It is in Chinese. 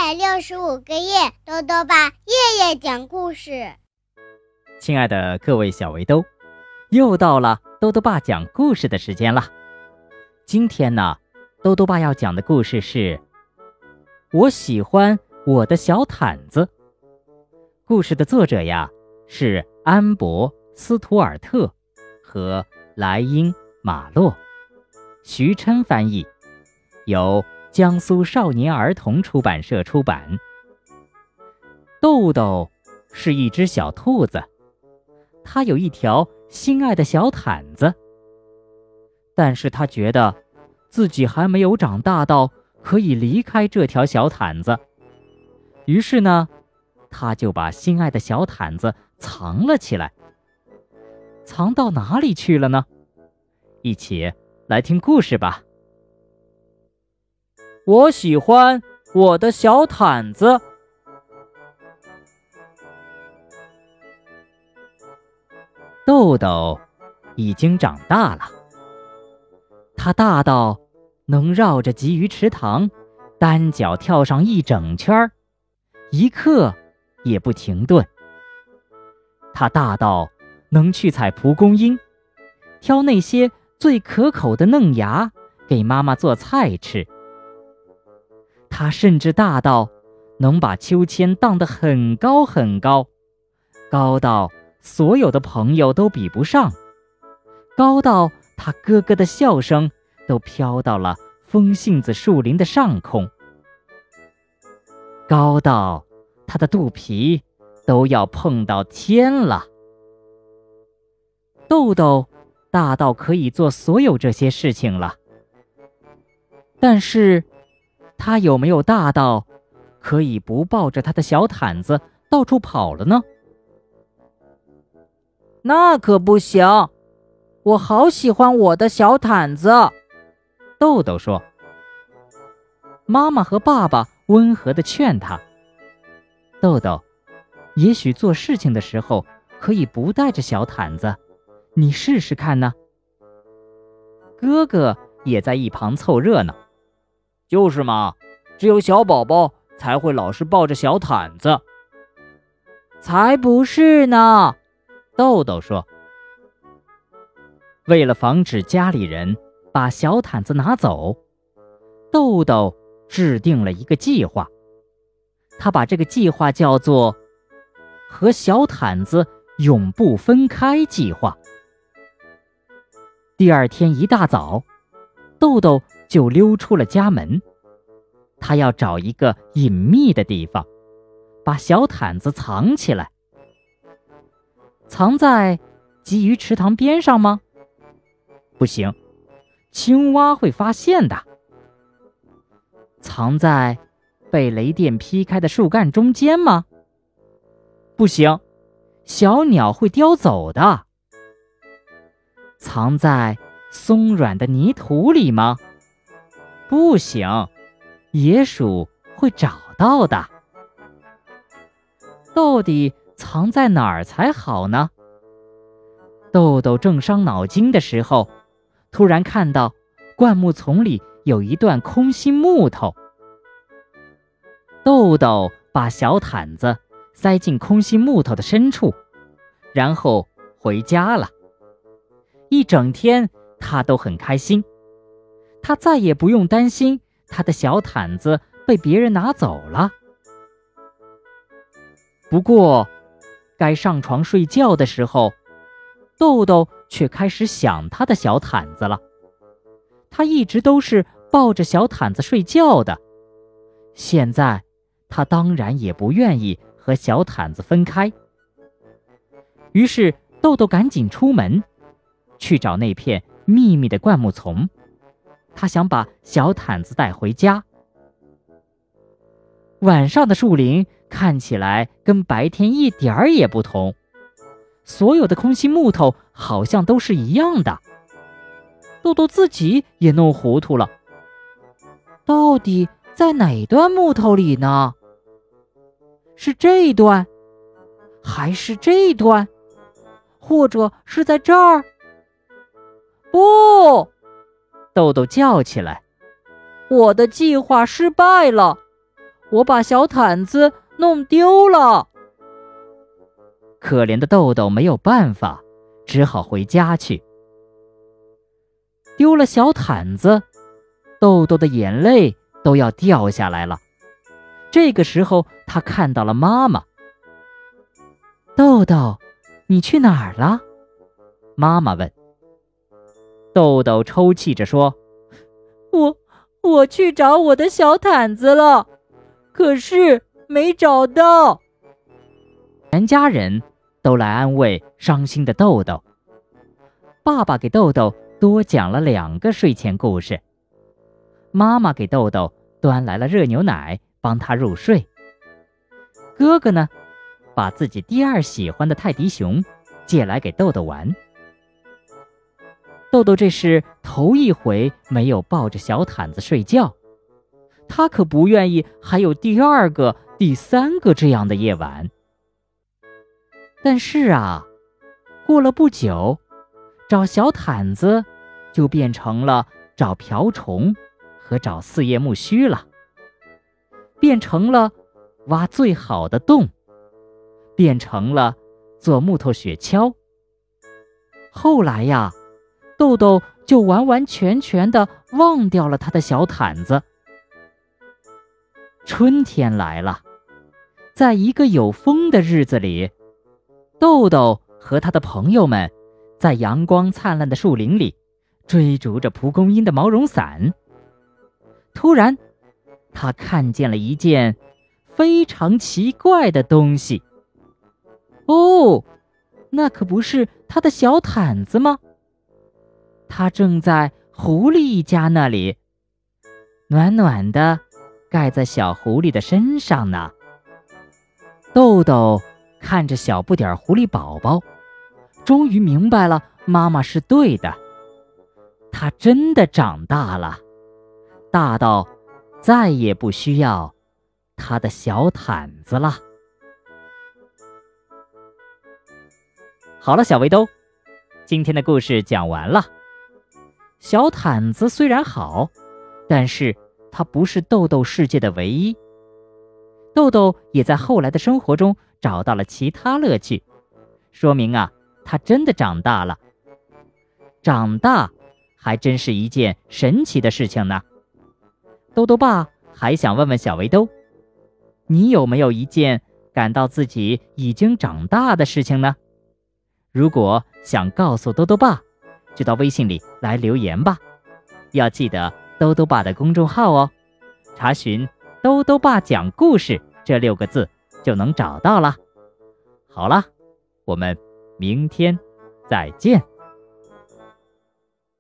365个夜，豆豆爸夜夜讲故事。 亲爱的各位小围兜，又到了豆豆爸讲故事的时间了。今天呢，豆豆爸要讲的故事是我喜欢我的小毯子。故事的作者呀是安博·斯图尔特和莱茵·马洛，徐琛翻译，由江苏少年儿童出版社出版。豆豆是一只小兔子，它有一条心爱的小毯子，但是它觉得自己还没有长大到可以离开这条小毯子，于是呢，它就把心爱的小毯子藏了起来。藏到哪里去了呢？一起来听故事吧。我喜欢我的小毯子。豆豆已经长大了，它大到能绕着鲫鱼池塘单脚跳上一整圈，一刻也不停顿。它大到能去采蒲公英，挑那些最可口的嫩芽给妈妈做菜吃。它甚至大到能把秋千荡得很高很高，高到所有的朋友都比不上，高到它咯咯的笑声都飘到了风信子树林的上空，高到它的肚皮都要碰到天了。豆豆大到可以做所有这些事情了，但是他有没有大到可以不抱着他的小毯子到处跑了呢？那可不行，我好喜欢我的小毯子，豆豆说。妈妈和爸爸温和地劝他，豆豆，也许做事情的时候可以不带着小毯子，你试试看呢。哥哥也在一旁凑热闹。就是嘛，只有小宝宝才会老是抱着小毯子。才不是呢，豆豆说。为了防止家里人把小毯子拿走，豆豆制定了一个计划。他把这个计划叫做和小毯子永不分开计划。第二天一大早，豆豆就溜出了家门，他要找一个隐秘的地方，把小毯子藏起来。藏在鲫鱼池塘边上吗？不行，青蛙会发现的。藏在被雷电劈开的树干中间吗？不行，小鸟会叼走的。藏在松软的泥土里吗？不行，野鼠会找到的。到底藏在哪儿才好呢？豆豆正伤脑筋的时候，突然看到灌木丛里有一段空心木头。豆豆把小毯子塞进空心木头的深处，然后回家了。一整天他都很开心，他再也不用担心他的小毯子被别人拿走了。不过该上床睡觉的时候，豆豆却开始想他的小毯子了。他一直都是抱着小毯子睡觉的，现在他当然也不愿意和小毯子分开。于是豆豆赶紧出门去找那片秘密的灌木丛，他想把小毯子带回家。晚上的树林看起来跟白天一点儿也不同，所有的空心木头好像都是一样的。豆豆自己也弄糊涂了，到底在哪段木头里呢？是这一段，还是这一段，或者是在这儿？不！豆豆叫起来，我的计划失败了， 我把小毯子弄丢了。可怜的豆豆没有办法，只好回家去。丢了小毯子，豆豆的眼泪都要掉下来了。这个时候，他看到了妈妈。豆豆，你去哪儿了？妈妈问。豆豆抽泣着说：我去找我的小毯子了，可是没找到。全家人都来安慰伤心的豆豆。爸爸给豆豆多讲了2个睡前故事。妈妈给豆豆端来了热牛奶，帮他入睡。哥哥呢，把自己第2喜欢的泰迪熊借来给豆豆玩。豆豆这是头一回没有抱着小毯子睡觉，他可不愿意还有第2个、第3个这样的夜晚。但是啊，过了不久，找小毯子就变成了找瓢虫和找4叶木须了，变成了挖最好的洞，变成了做木头雪橇。后来呀，豆豆就完完全全地忘掉了他的小毯子。春天来了，在一个有风的日子里，豆豆和他的朋友们在阳光灿烂的树林里追逐着蒲公英的毛绒伞。突然，他看见了一件非常奇怪的东西。哦，那可不是他的小毯子吗？它正在狐狸一家那里，暖暖的盖在小狐狸的身上呢。豆豆看着小不点狐狸宝宝，终于明白了妈妈是对的，它真的长大了，大到再也不需要它的小毯子了。好了，小围兜，今天的故事讲完了。小毯子虽然好，但是它不是豆豆世界的唯一。豆豆也在后来的生活中找到了其他乐趣，说明啊，他真的长大了。长大还真是一件神奇的事情呢。豆豆爸还想问问小围兜，你有没有一件感到自己已经长大的事情呢？如果想告诉豆豆爸，就到微信里来留言吧。要记得豆豆爸的公众号哦，查询豆豆爸讲故事这6个字就能找到了。好了，我们明天再见。